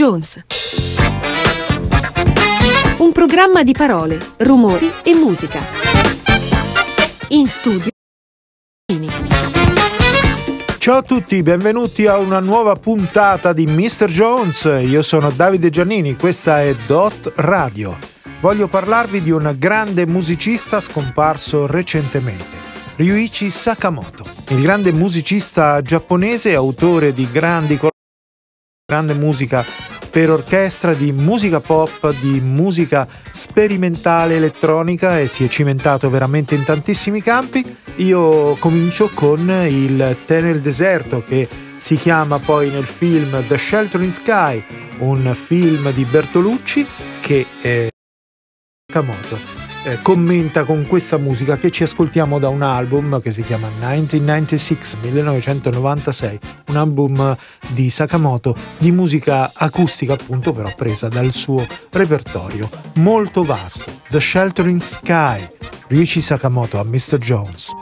Jones. Un programma di parole, rumori e musica. In studio. Ciao a tutti, benvenuti a una nuova puntata di Mr. Jones. Io sono Davide Giannini, questa è Dot Radio. Voglio parlarvi di un grande musicista scomparso recentemente, Ryuichi Sakamoto. Il grande musicista giapponese, autore di grande musica per orchestra, di musica pop, di musica sperimentale elettronica, e si è cimentato veramente in tantissimi campi. Io comincio con il Tè nel deserto, che si chiama poi nel film The Sheltering Sky, un film di Bertolucci che Sakamoto commenta con questa musica che ci ascoltiamo da un album che si chiama 1996, un album di Sakamoto di musica acustica, appunto, però presa dal suo repertorio molto vasto. The Sheltering Sky, Ryuichi Sakamoto a Mr. Jones.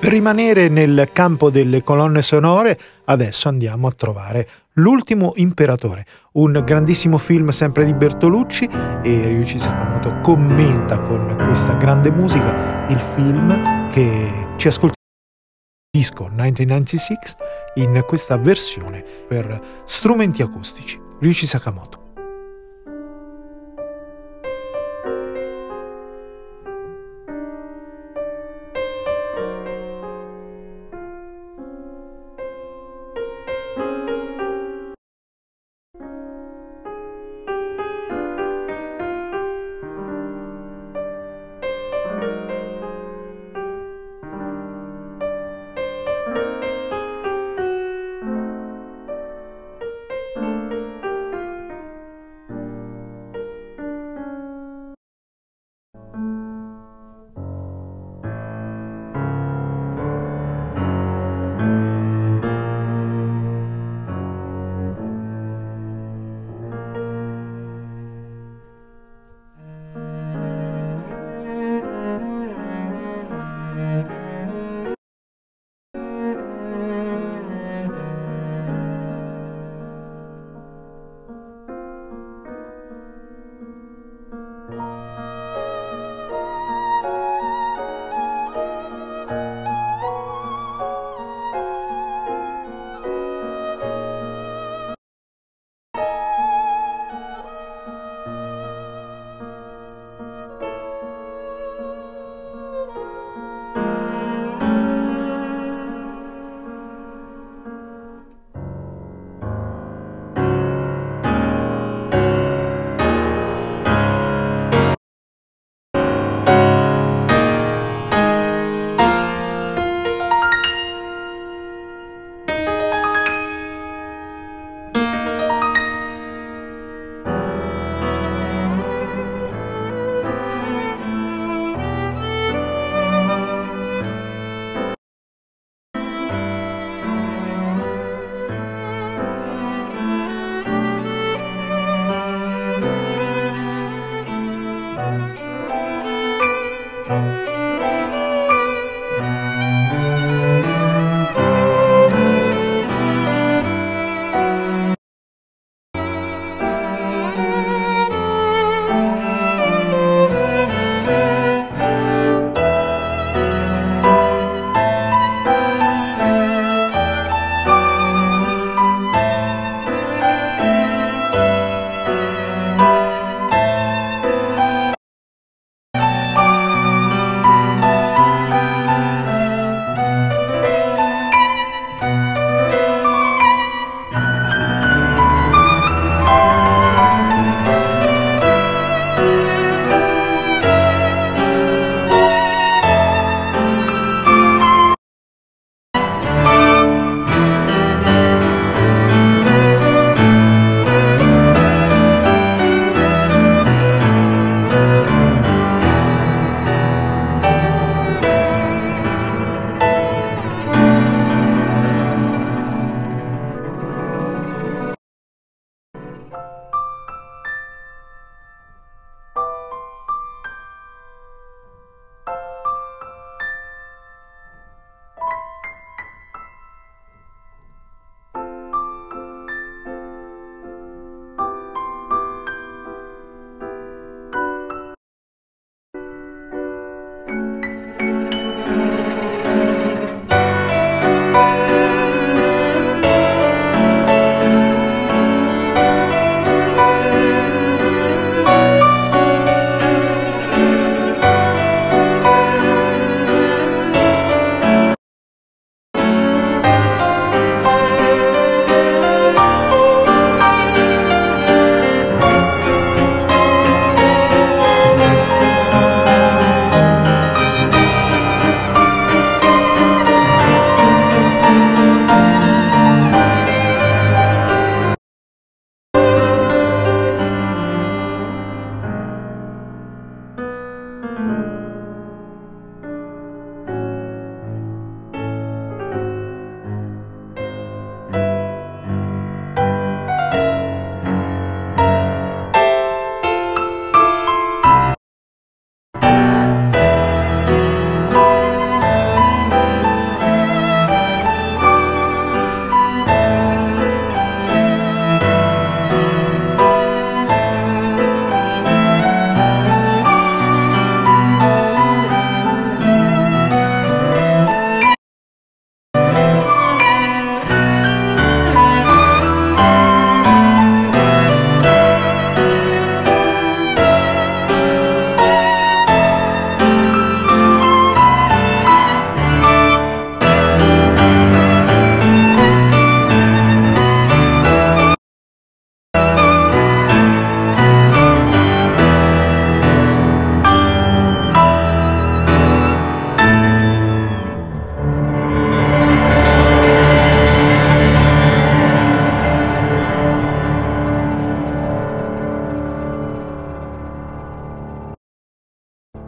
Per rimanere nel campo delle colonne sonore, adesso andiamo a trovare L'ultimo imperatore, un grandissimo film sempre di Bertolucci, e Ryuichi Sakamoto commenta con questa grande musica il film che ci ascoltiamo disco 1996 in questa versione per strumenti acustici. Ryuichi Sakamoto.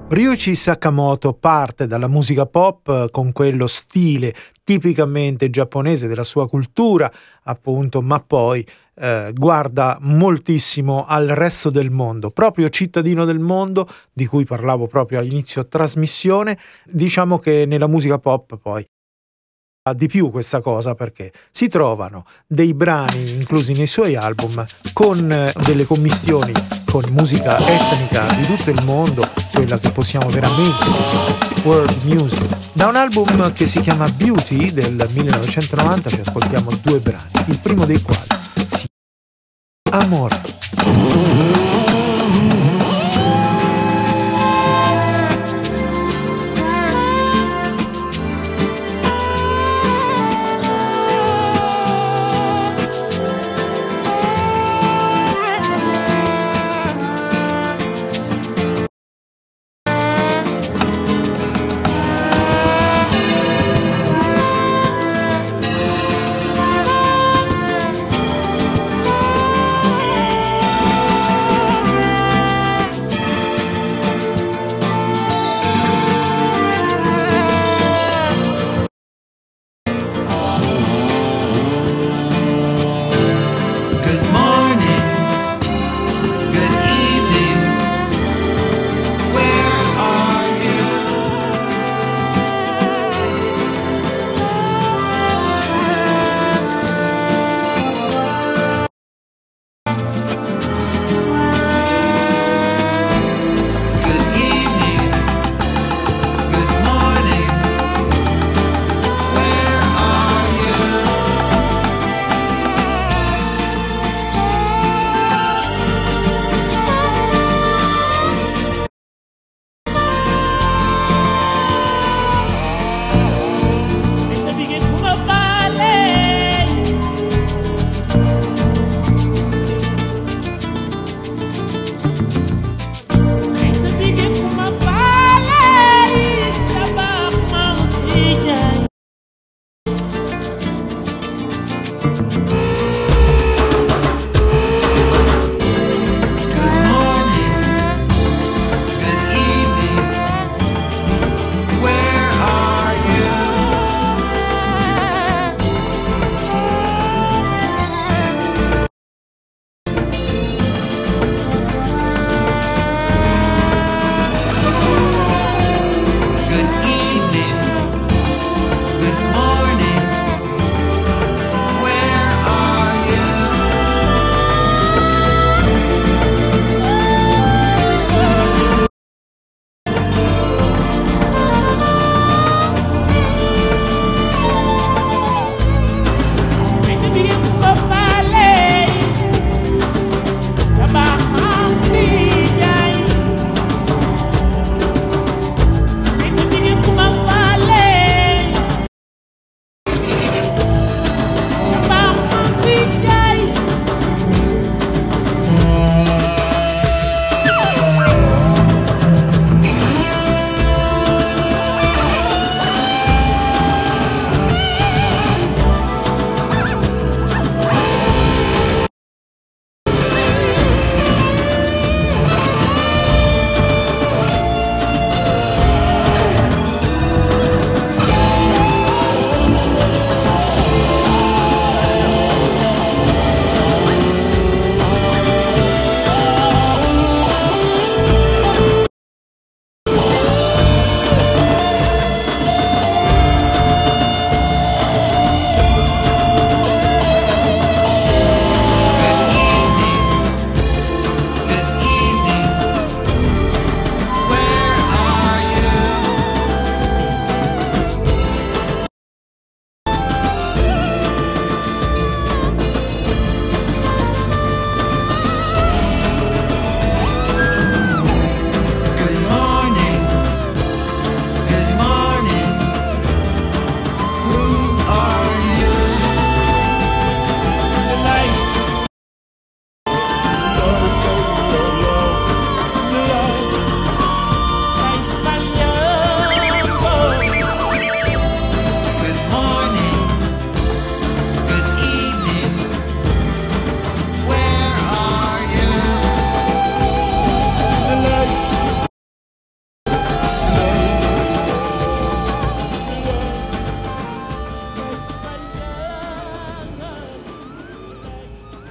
Ryuichi Sakamoto parte dalla musica pop con quello stile tipicamente giapponese della sua cultura, appunto, ma poi guarda moltissimo al resto del mondo, proprio cittadino del mondo, di cui parlavo proprio all'inizio trasmissione. Diciamo che nella musica pop poi di più questa cosa, perché si trovano dei brani inclusi nei suoi album con delle commistioni con musica etnica di tutto il mondo, quella che possiamo veramente chiamare world music. Da un album che si chiama Beauty del 1990 ci ascoltiamo due brani, il primo dei quali si chiama Amore.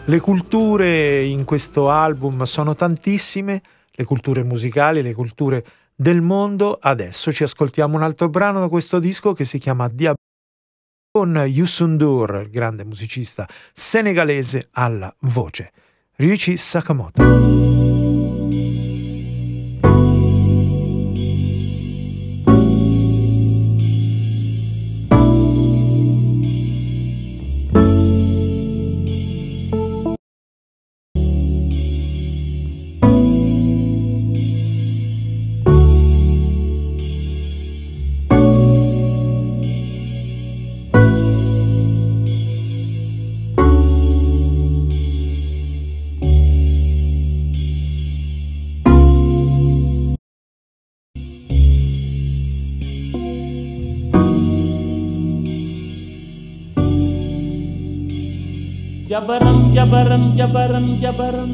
Le culture in questo album sono tantissime, le culture musicali, le culture del mondo. Adesso ci ascoltiamo un altro brano da questo disco che si chiama Diab con Youssou N'Dour, il grande musicista senegalese alla voce. Ryuichi Sakamoto. jabaram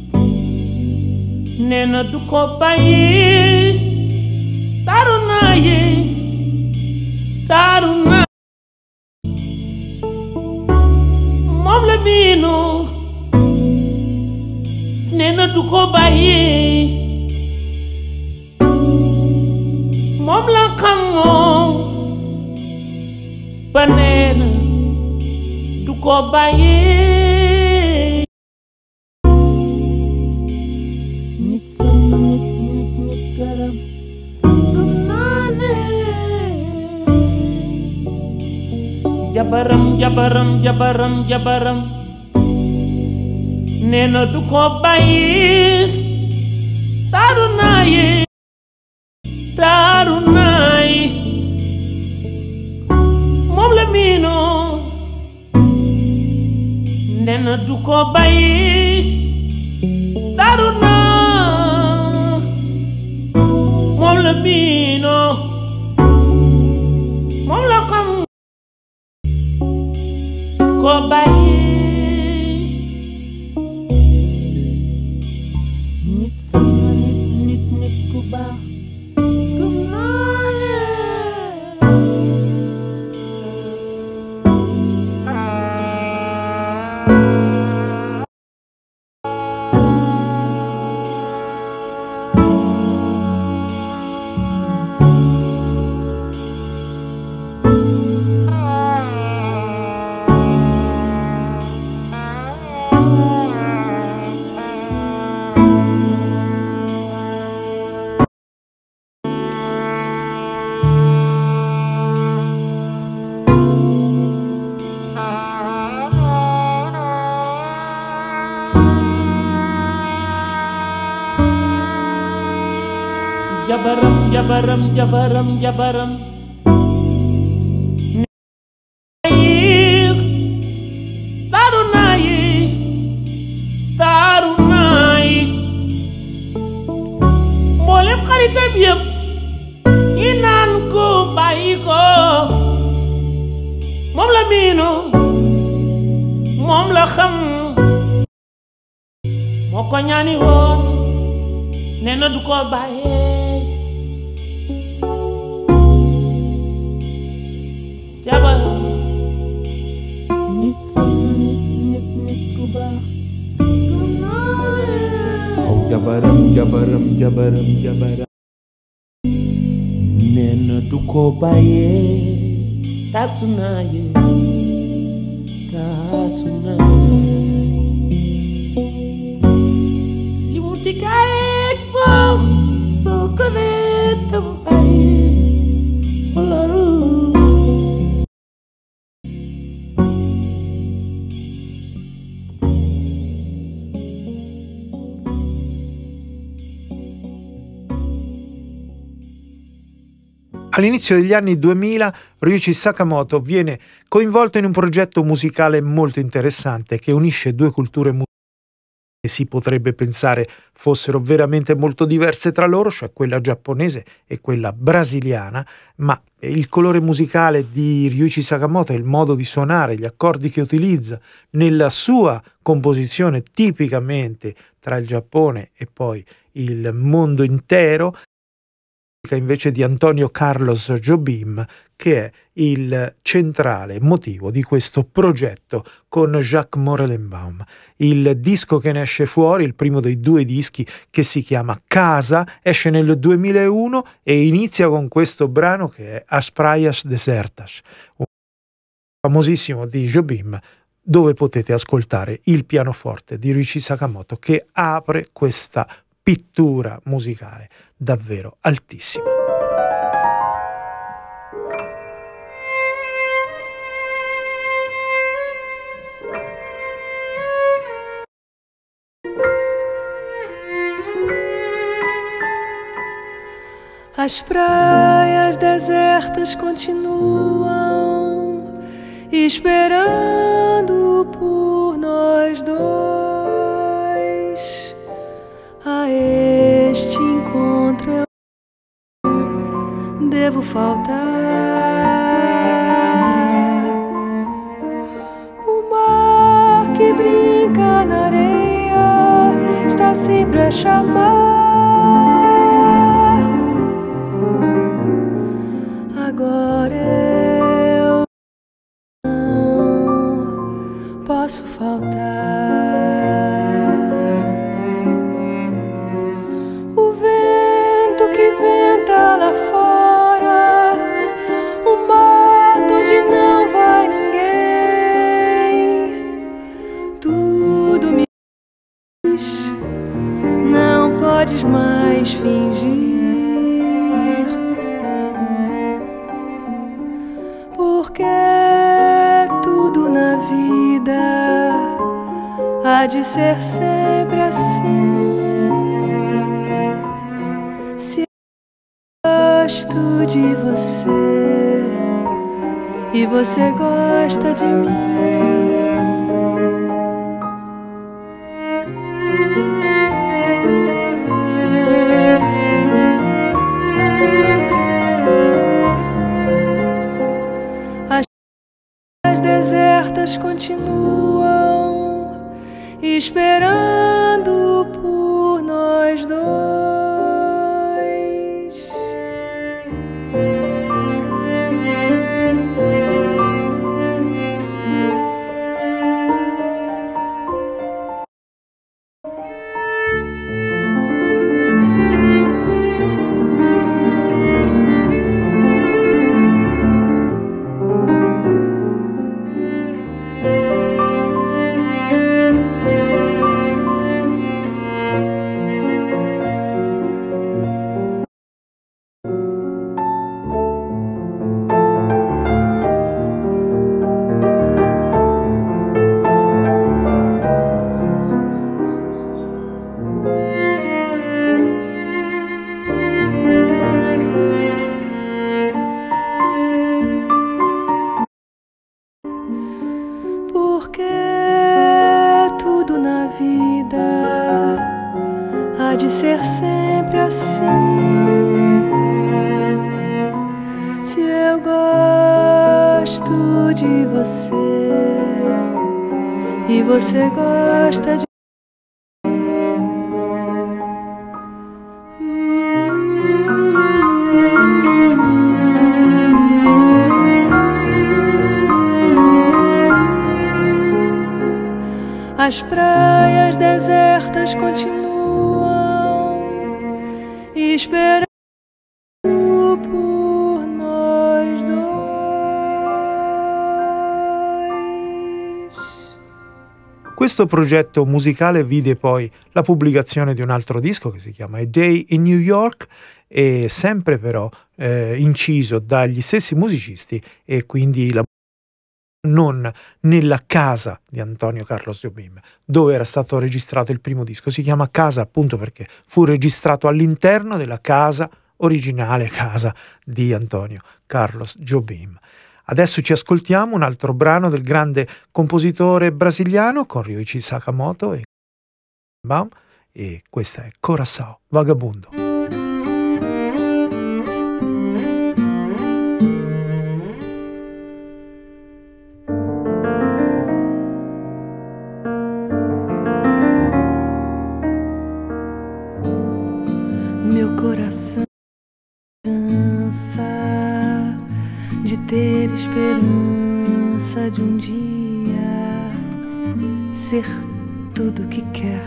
nee na du ko bàyyi taaru naa moom la miinu nee na du ko bàyyi moom la xamoo ba nee na du ko bàyyi jabaram nee na du ko bàyyi taaru naay moom la miinoo nee na du ko bàyyi taaru naa moom la miinoo moom la xam ko bàyyi nit sama nit ku baax gëm naa jabaram taaru naay mboolem xaritam yëpp yi naan ko bàyyi ko moom la miinu moom la xam moo ko ñaani woon nee na du ko bàyyi jabaram nit sama nit ku baax aw jabaram nee na du ko bàyyee taasu naa li mu diggaaleeg moom soo ko nee tam bàyyee walaru All'inizio degli anni 2000 Ryuichi Sakamoto viene coinvolto in un progetto musicale molto interessante che unisce due culture musicali che si potrebbe pensare fossero veramente molto diverse tra loro, cioè quella giapponese e quella brasiliana, ma il colore musicale di Ryuichi Sakamoto e il modo di suonare, gli accordi che utilizza nella sua composizione tipicamente tra il Giappone e poi il mondo intero, invece di Antonio Carlos Jobim, che è il centrale motivo di questo progetto con Jacques Morelenbaum. Il disco che ne esce fuori, il primo dei due dischi, che si chiama Casa, esce nel 2001 e inizia con questo brano che è As Praias Desertas, un famosissimo di Jobim, dove potete ascoltare il pianoforte di Ryuichi Sakamoto che apre questa pittura musicale davvero altissima. As praias desertas continuam esperando por nós dois. A este encontro eu devo faltar. O mar que brinca na areia está sempre a chamar. Agora eu não posso faltar. O vento que venta lá fora, o mato onde não vai ninguém, tudo me diz, não podes mais fingir. Porque tudo na vida há de ser sempre assim. Se eu gosto de você e você gosta de mim, as desertas continuam esperando por nós dois. Porque tudo na vida há de ser sempre assim. Se eu gosto de você e você gosta de as praias desertas continuam esperando por nós dois. Questo progetto musicale vide poi la pubblicazione di un altro disco che si chiama A Day in New York, e sempre però inciso dagli stessi musicisti, e quindi la non nella casa di Antonio Carlos Jobim, dove era stato registrato il primo disco. Si chiama Casa appunto perché fu registrato all'interno della casa originale, casa di Antonio Carlos Jobim. Adesso ci ascoltiamo un altro brano del grande compositore brasiliano con Ryuichi Sakamoto e Baum, e questa è Coração Vagabundo. Meu coração ser tudo que quer.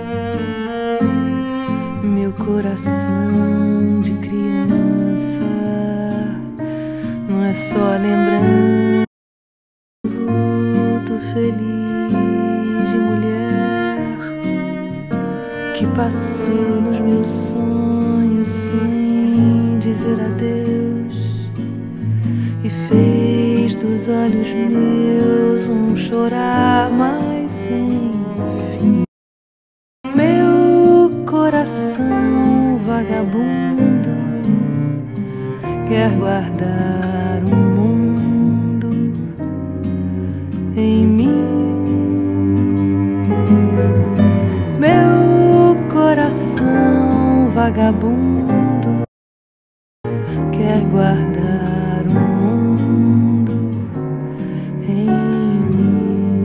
Meu coração de criança não é só lembrança, vulto feliz de mulher que passou nos meus sonhos sem dizer adeus e fez dos olhos meus um chorar mais sem fim. Meu coração vagabundo quer guardar um mundo em mim. Meu coração vagabundo quer guardar um mundo em mim.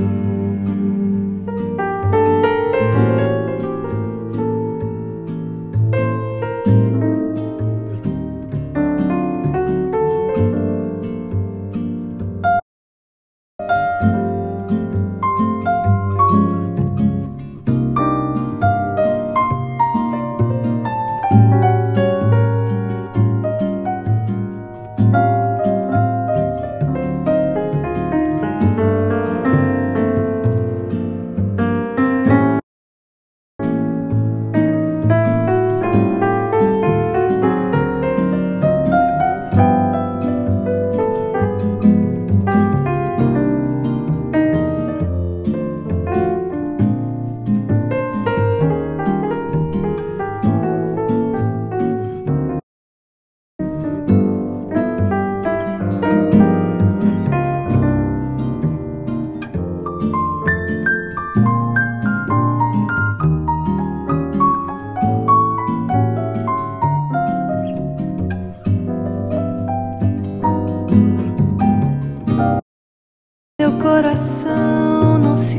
Meu coração não se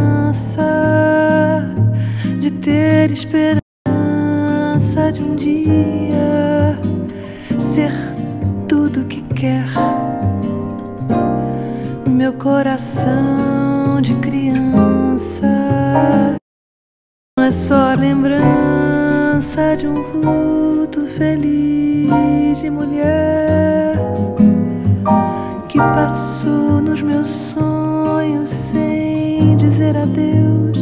cansa de ter esperança de um dia ser tudo que quer. Meu coração de criança não é só lembrança de um vulto feliz de mulher que passou nos meus sonhos sem dizer adeus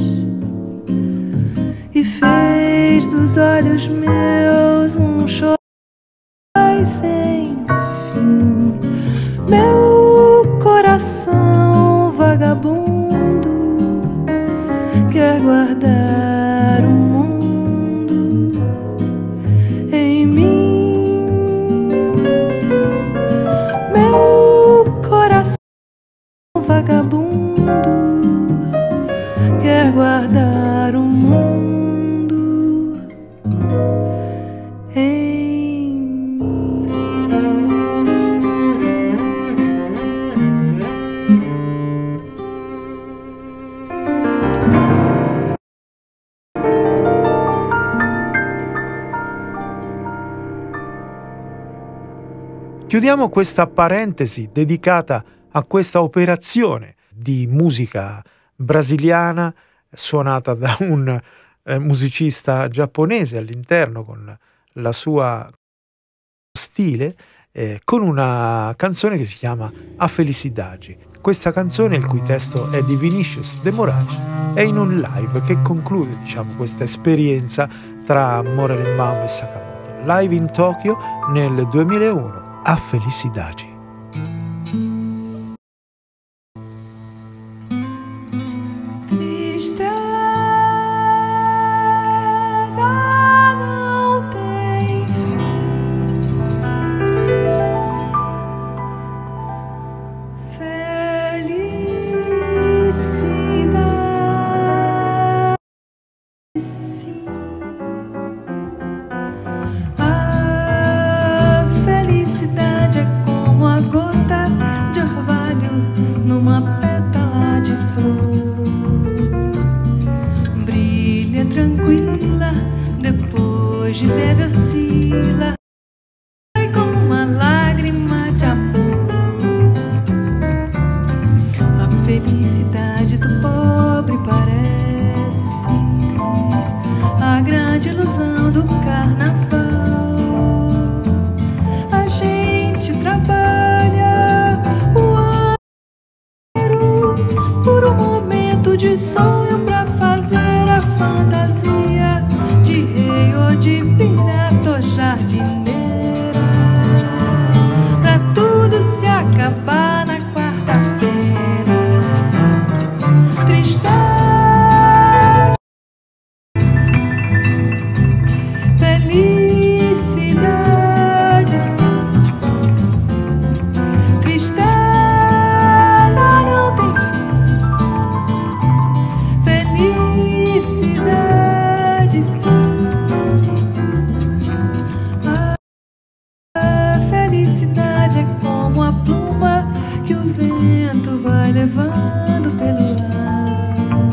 e fez dos olhos meus um chorar sem fim. Meu coração vagabundo quer guardar um mundo em mim. Meu coração vagabundo quer guardar um mundo em mim. Chiudiamo questa parentesi dedicata a questa operazione di musica brasiliana suonata da un musicista giapponese all'interno con la sua stile, con una canzone che si chiama A Felicidade. Questa canzone, il cui testo è di Vinicius de Moraes, è in un live che conclude, questa esperienza tra Morelenbaum e Sakamoto. Live in Tokyo nel 2001. A Felicidade. De leve oscila, é como uma lágrima de amor. A felicidade do pobre parece só pra fazer a fantasia de rei ou de pirata ou jardineira, pra tudo se acabar na quarta-feira. Tristeza, felicidade, sim. Tristeza não tem fim. Felicidade, sim. A felicidade é como a pluma que o vento vai levando pelo ar.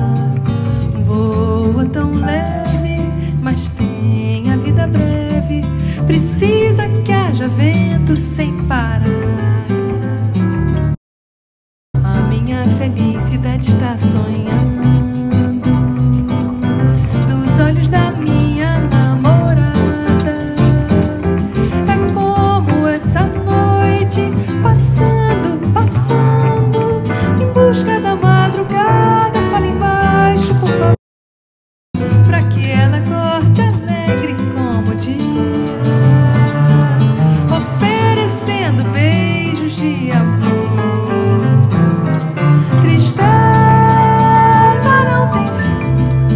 Voa tão leve, mas tem a vida breve. Precisa que haja vento sem parar. A minha felicidade está sonhando nos olhos da minha namorada. É como essa noite passando, passando em busca da madrugada. Fala embaixo, por favor, pra que ela acorde alegre como o dia, oferecendo beijos de amor. Tristeza não tem fim.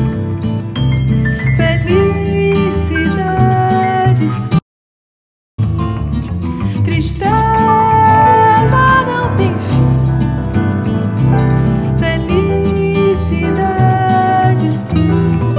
Felicidade, sim. Tristeza não tem fim. Felicidade, sim.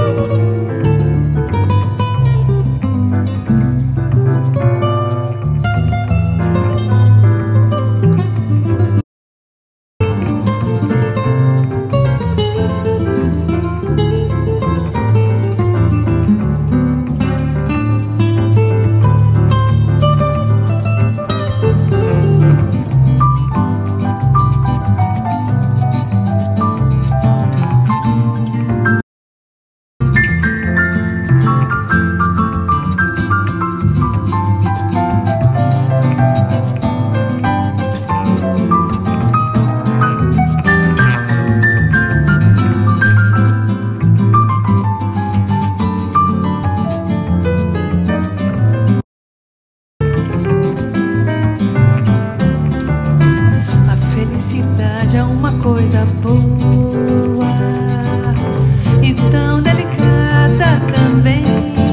A felicidade é uma coisa boa e tão delicada também.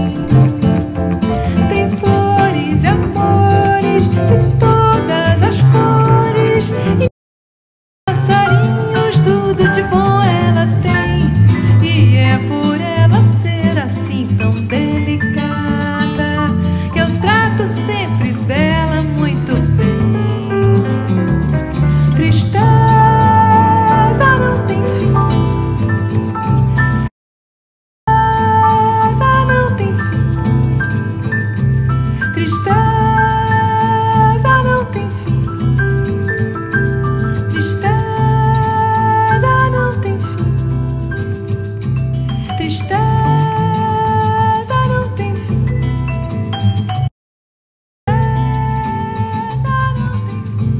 Tem flores e amores de todas as cores e passarinhos, tudo de bom ela tem. E é por ela ser assim tão delicada que eu trato sempre dela muito bem. Tristeza não tem fim. Tristeza não tem fim. Tristeza não tem fim. Tristeza não tem fim. Tristeza não tem fim. Tristeza não tem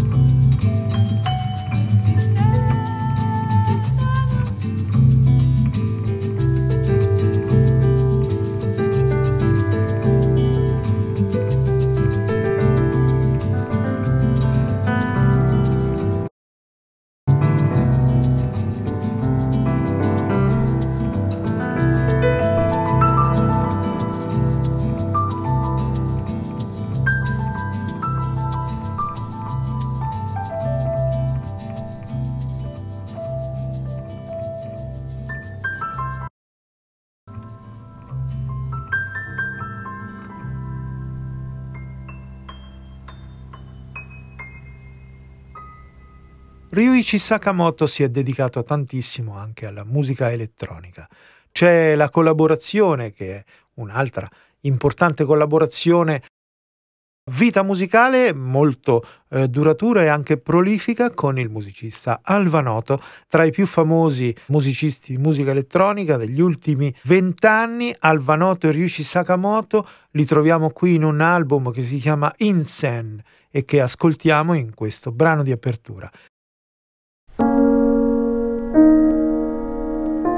Ryuichi Sakamoto si è dedicato tantissimo anche alla musica elettronica. C'è la collaborazione, che è un'altra importante collaborazione, vita musicale molto duratura e anche prolifica, con il musicista Alva Noto, tra i più famosi musicisti di musica elettronica degli ultimi 20 anni. Alva Noto e Ryuichi Sakamoto li troviamo qui in un album che si chiama Insen e che ascoltiamo in questo brano di apertura.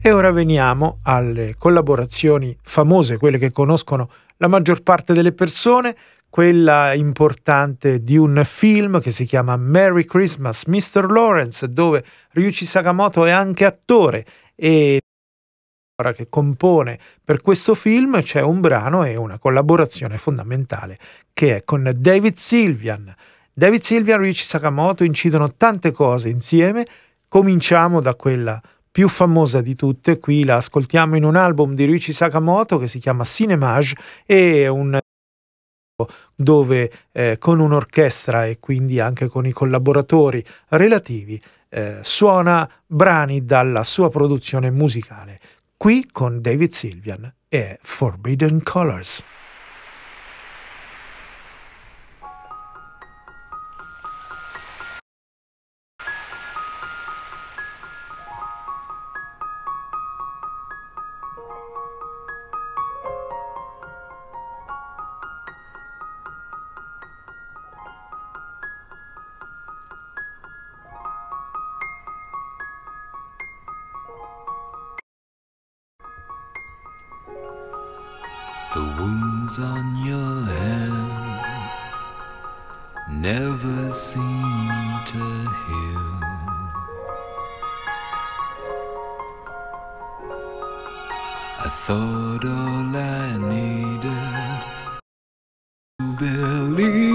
E ora veniamo alle collaborazioni famose, quelle che conoscono la maggior parte delle persone, quella importante di un film che si chiama Merry Christmas, Mr. Lawrence, dove Ryuichi Sakamoto è anche attore e che compone per questo film c'è un brano e una collaborazione fondamentale che è con David Sylvian. David Sylvian e Ryuichi Sakamoto incidono tante cose insieme. Cominciamo da quella più famosa di tutte, qui la ascoltiamo in un album di Ryuichi Sakamoto che si chiama Cinemage, e un dove con un'orchestra e quindi anche con i collaboratori relativi suona brani dalla sua produzione musicale. Qui con David Sylvian è Forbidden Colors. The wounds on your hands never seem to heal. I thought all I needed to believe.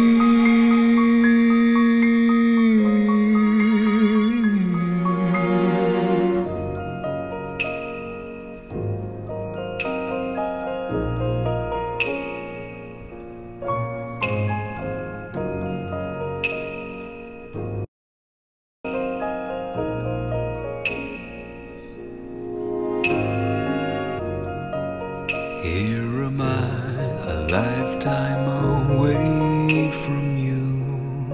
Here am I, a lifetime away from you.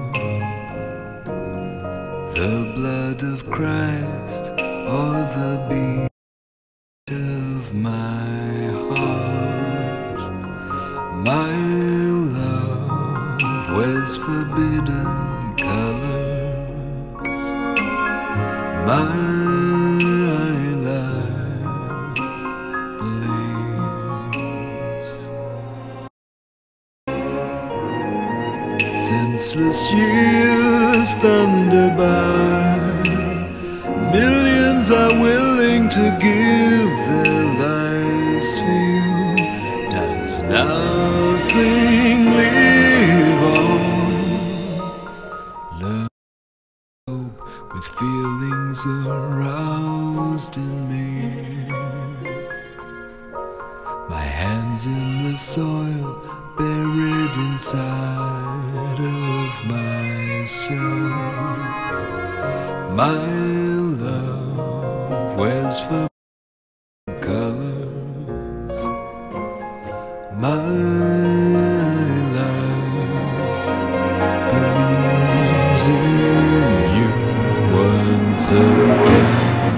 The blood of Christ, or the beat of my heart. My love wears forbidden colors. My senseless years thunder by. Millions are willing to give their lives for you. Does nothing live on? Learn to cope with feelings aroused in me. My hands in the soil, buried inside of myself. My love wears for colors. My love believes in you once again.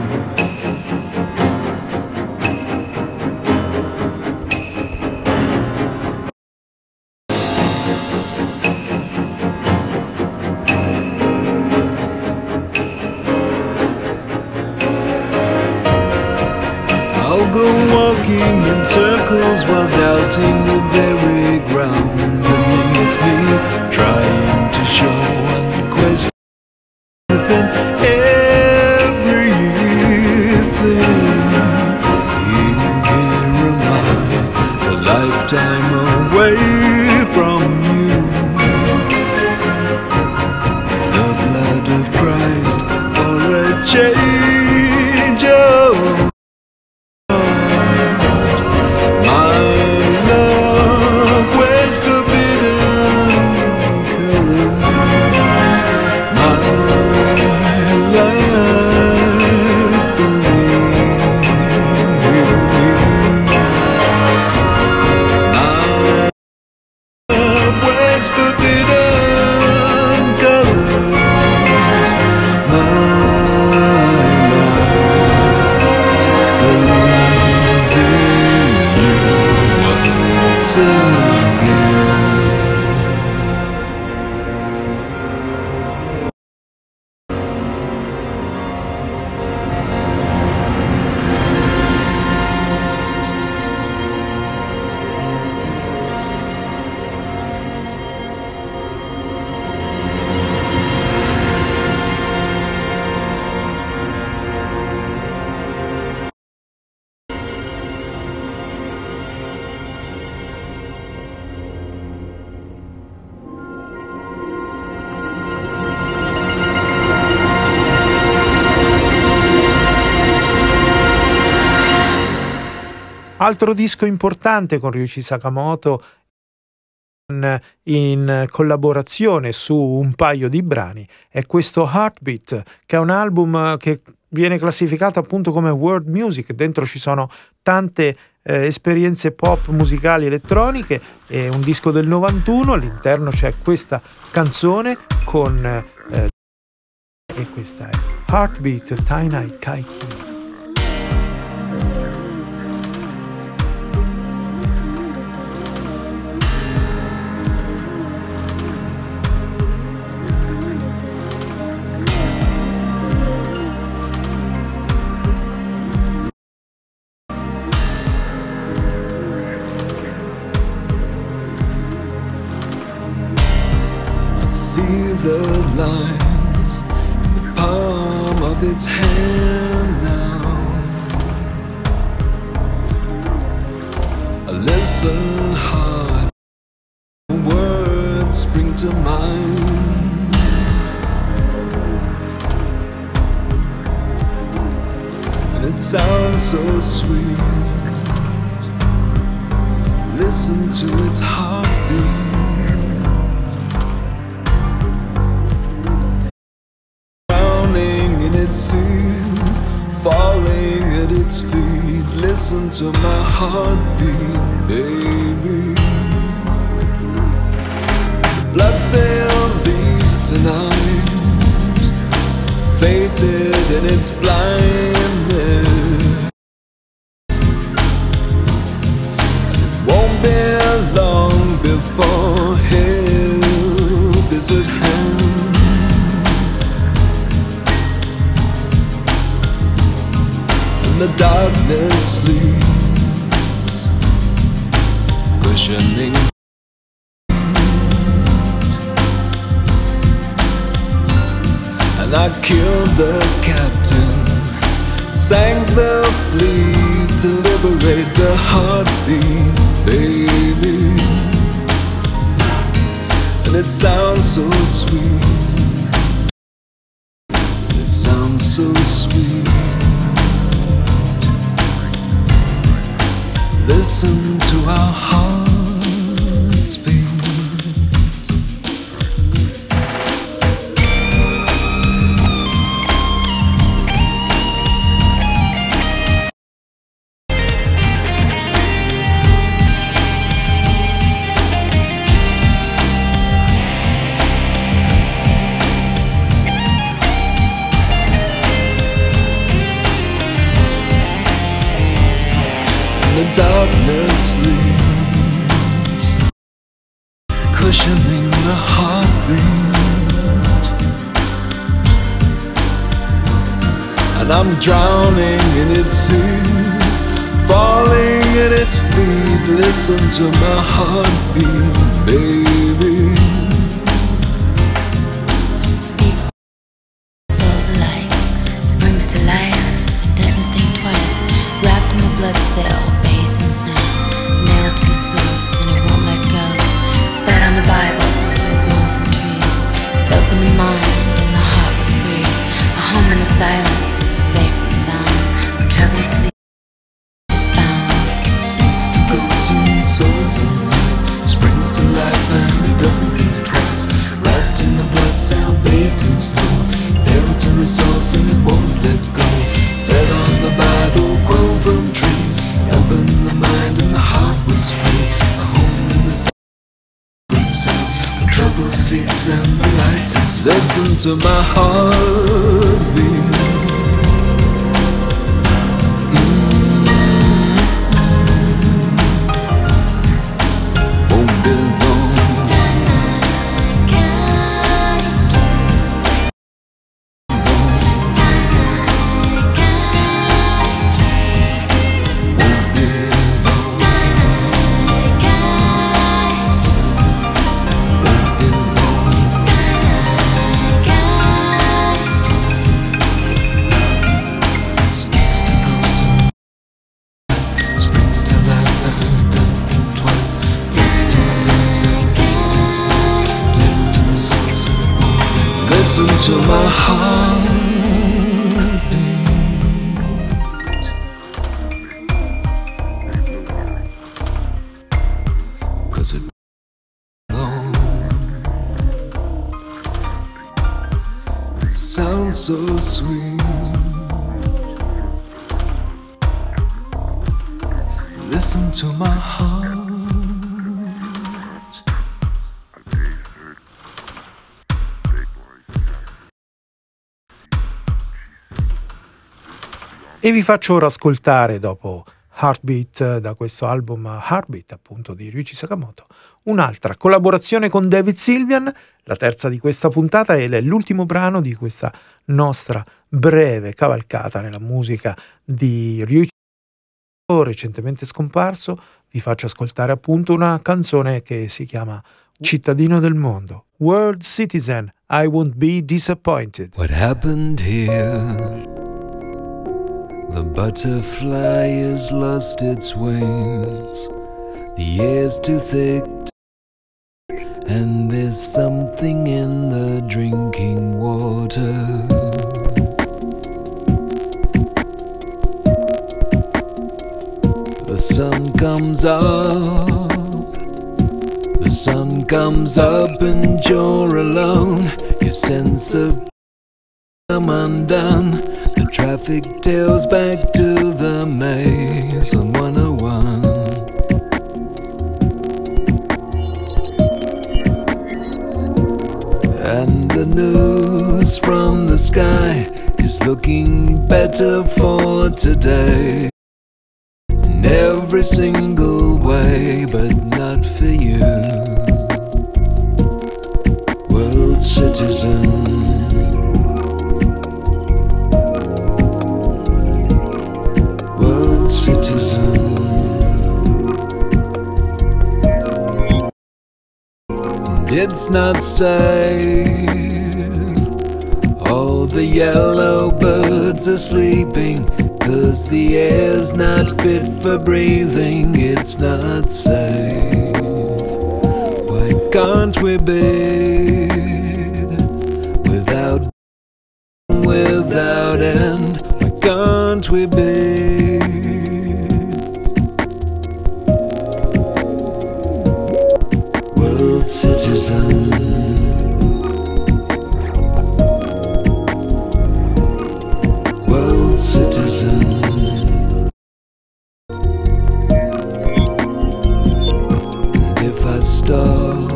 Go walking in circles while doubting the very ground beneath me, trying to show unquestioned truth in everything. Here am I, a lifetime away from you. The blood of Christ, or a change of Altro disco importante con Ryuichi Sakamoto in collaborazione su un paio di brani è questo Heartbeat, che è un album che viene classificato appunto come world music. Dentro ci sono tante esperienze pop musicali elettroniche. È un disco del 91, all'interno c'è questa canzone con e questa è Heartbeat Tainai Kaiki. See the lines in the palm of its hand now. I listen hard, words spring to mind. And it sounds so sweet. Listen to its heartbeat. Sea, falling at its feet. Listen to my heartbeat, baby. The blood cell leaves tonight, fated in its blindness. It won't be long before help is at hand. The darkness sleeps, cushioning. And I killed the captain, sank the fleet to liberate the heartbeat, baby. And it sounds so sweet. It sounds so sweet. Listen to our hearts beat. Darkness sleeps, cushioning the heartbeat. And I'm drowning in its sea, falling at its feet. Listen to my heartbeat, baby. Speaks souls alike, springs to life, doesn't think twice. Wrapped in the blood cell, nailed to the source and it won't let go. Fed on the Bible, grown from trees. It opened the mind and the heart was free. A home in the silence, safe from sound. Where trouble sleep is found. Speaks to ghosts and souls and light. Springs to life and it doesn't think twice. Wrapped in the blood cell, bathed in snow. Nailed to the source and it won't let go. Fed on the Bible, grown from trees. Open the mind and the heart was free. A home in the sound, where trouble sleeps and the light is. Listen to my heartbeat. Won't be long. Listen to my heartbeat. 'cause it alone sounds so sweet. Listen to my heart. E vi faccio ora ascoltare, dopo Heartbeat, da questo album Heartbeat appunto di Ryuichi Sakamoto, un'altra collaborazione con David Sylvian, la terza di questa puntata, e l'ultimo brano di questa nostra breve cavalcata nella musica di Ryuichi Sakamoto, recentemente scomparso. Vi faccio ascoltare appunto una canzone che si chiama Cittadino del mondo, World Citizen, I Won't Be Disappointed. What happened here? The butterfly has lost its wings. The air's too thick, and there's something in the drinking water. The sun comes up. The sun comes up and you're alone. Your sense of come undone. The traffic tails back to the maze on 101. And the news from the sky is looking better for today. In every single way, but not for you. World citizen. Citizen. And it's not safe. All the yellow birds are sleeping, 'cause the air's not fit for breathing. It's not safe. Why can't we be without end? Why can't we be world citizen? World citizen. And if I stop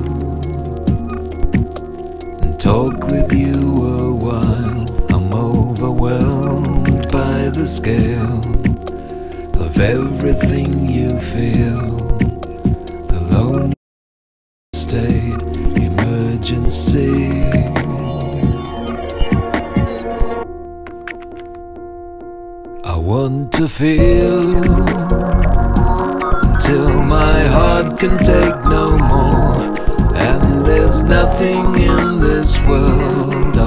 and talk with you a while, I'm overwhelmed by the scale of everything you feel. The lone state emergency. I want to feel until my heart can take no more, and there's nothing in this world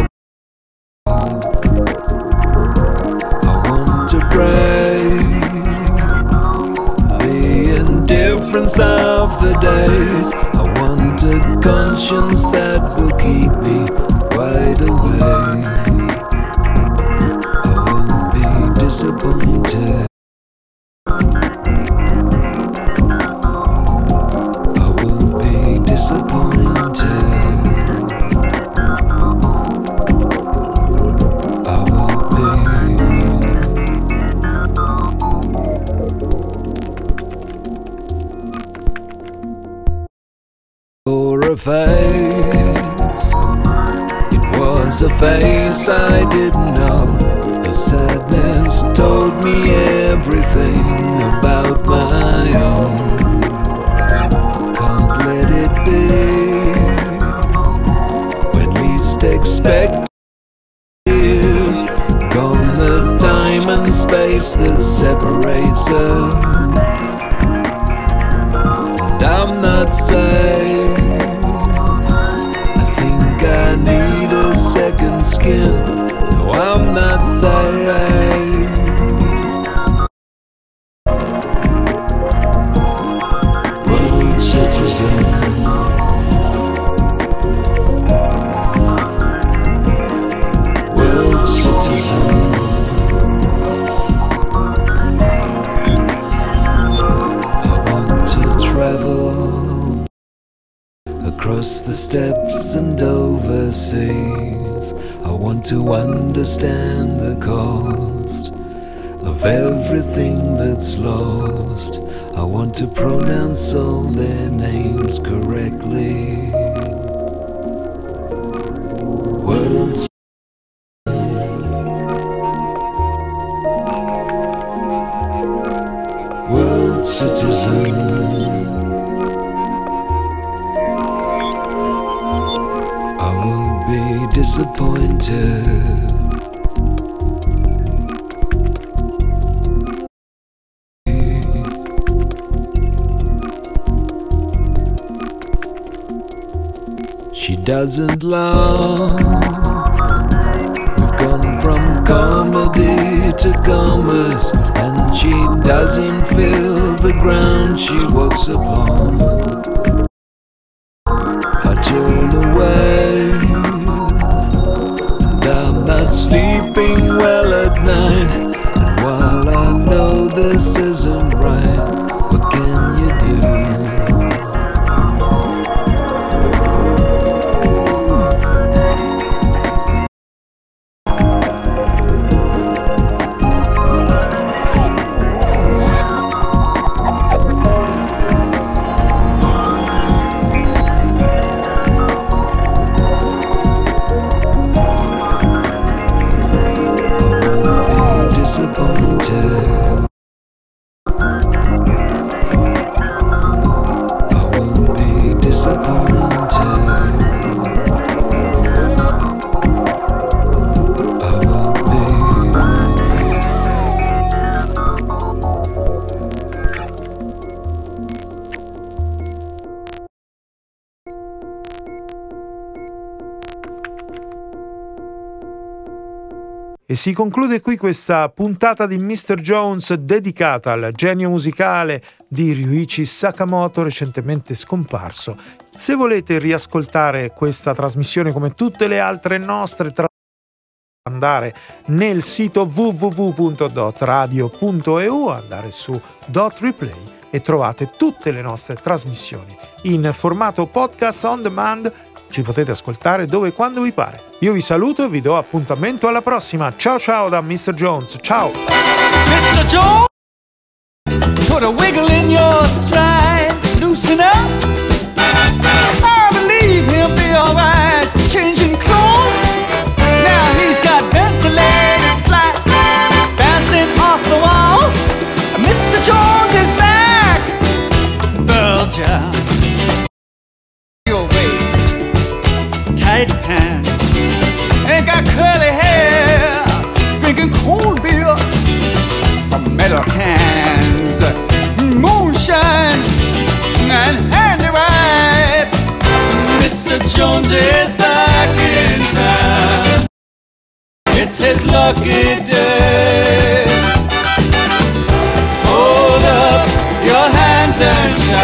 I want to break the indifference of the days. I want a conscience that will keep me wide awake. I won't be disappointed. I won't be disappointed. I won't be. For a face, it was a face I didn't know. The sadness told me everything about my own. Can't let it be. When least expect is gone the time and space that separates us. And I'm not safe. I think I need a second skin. No, I'm not safe. World citizen. World citizen. I want to travel across the steppes and overseas. I want to understand the cost of everything that's lost. I want to pronounce all their names correctly. World citizen, I won't be disappointed. She doesn't love. We've gone from comedy to commerce, and she doesn't feel the ground she walks upon. I turn away, and I'm not sleeping well at night. And while I know this isn't right, what can you do? E si conclude qui questa puntata di Mr. Jones dedicata al genio musicale di Ryuichi Sakamoto, recentemente scomparso. Se volete riascoltare questa trasmissione come tutte le altre nostre andare nel sito www.dotradio.eu, andare su Dot Replay e trovate tutte le nostre trasmissioni in formato podcast on demand. Ci potete ascoltare dove e quando vi pare. Io vi saluto e vi do appuntamento alla prossima. Ciao ciao da Mr. Jones. Ciao. Mr. Jones, put a wiggle in your stride, loosen up. I believe he'll be alright. Changing clothes, now he's got ventilated slats bouncing off the walls. Mr. Jones is back. Bulge out your waist, tight pants, and got curly hair, drinking cold beer from metal cans, moonshine and handy wipes. Mr. Jones is back in town. It's his lucky day. Hold up your hands and shout.